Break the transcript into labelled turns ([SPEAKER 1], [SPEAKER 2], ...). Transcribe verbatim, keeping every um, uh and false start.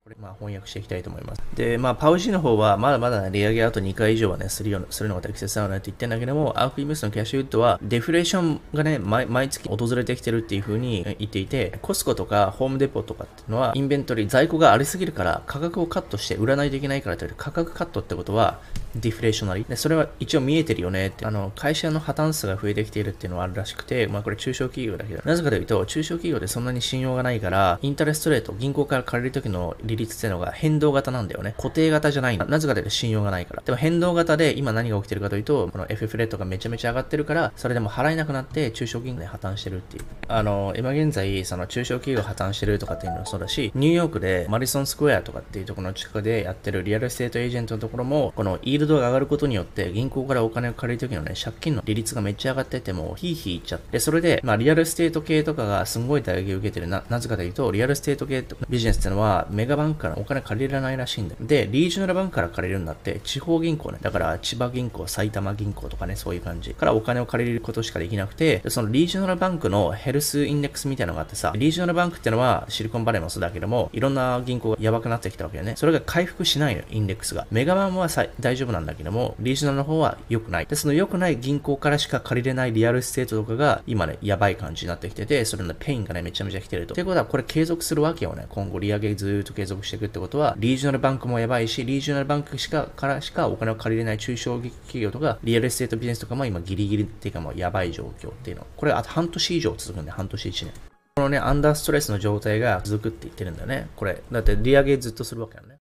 [SPEAKER 1] これ、まあ、翻訳していきたいと思います。で、まあ、パウシーの方は、まだまだ、ね、利上げあとにかい以上はね、するような、するのが適切だよねって言ってんだけども、アークイムスのキャッシュウッドは、デフレーションがね、毎毎月訪れてきてるっていう風に言っていて、コスコとかホームデポとかっていうのは、インベントリー、在庫がありすぎるから、価格をカットして売らないといけないからという、価格カットってことは、ディフレーショナリー。で、それは一応見えてるよねって、あの、会社の破綻数が増えてきているっていうのはあるらしくて、まあこれ中小企業だけど、なぜかというと、中小企業でそんなに信用がないから、インタレストレート、銀行から借りる時の利率っていうのが変動型なんだよね。固定型じゃないの。なぜかというと信用がないから。でも変動型で今何が起きてるかというと、この エフエフ レートがめちゃめちゃ上がってるから、それでも払えなくなって中小銀行で破綻してるっていう。あの、今現在、その中小企業が破綻してるとかっていうのはそうだし、ニューヨークでマディソンスクエアとかっていうところの近くでやってるリアルエステートエージェントのところも、このイールドが上がることによって、銀行からお金を借りる時のね、借金の利率がめっちゃ上がってても、ヒーヒーいっちゃって、それで、まあ、リアルエステート系とかがすんごい打撃を受けてるな、なぜかというと、リアルエステート系ビジネスってのは、メガバンクからお金借りられないらしいんだよ。で、リージョナルバンクから借りるんだって、地方銀行ね、だから千葉銀行、埼玉銀行とかね、そういう感じからお金を借りることしかできなくて、そのリージョナルバンクのヘルスインデックスみたいなのがあってさ、リージョナルバンクってのは、シリコンバレーもそうだけども、いろんな銀行がやばくなってきたわけよね。それが回復しないの、インデックスが。メガバンはさ大丈夫なんだけども、リージョナルの方は良くない。で、その良くない銀行からしか借りれないリアルエステートとかが今ね、やばい感じになってきてて、それのペインがね、めちゃめちゃ来てると。ってことは、これ継続するわけよね。今後利上げずーっと継続していくってことは、リージョナルバンクもやばいし、リージョナルバンクしかからしかお金を借りれない中小企業とか、リアルエステートビジネスとかも今ギリギリっていうかもうやばい状況っていうの。これあと半年以上続くんで、半年いちねん。このね、アンダーストレスの状態が続くって言ってるんだよね。これ。だって利上げずっとするわけよね。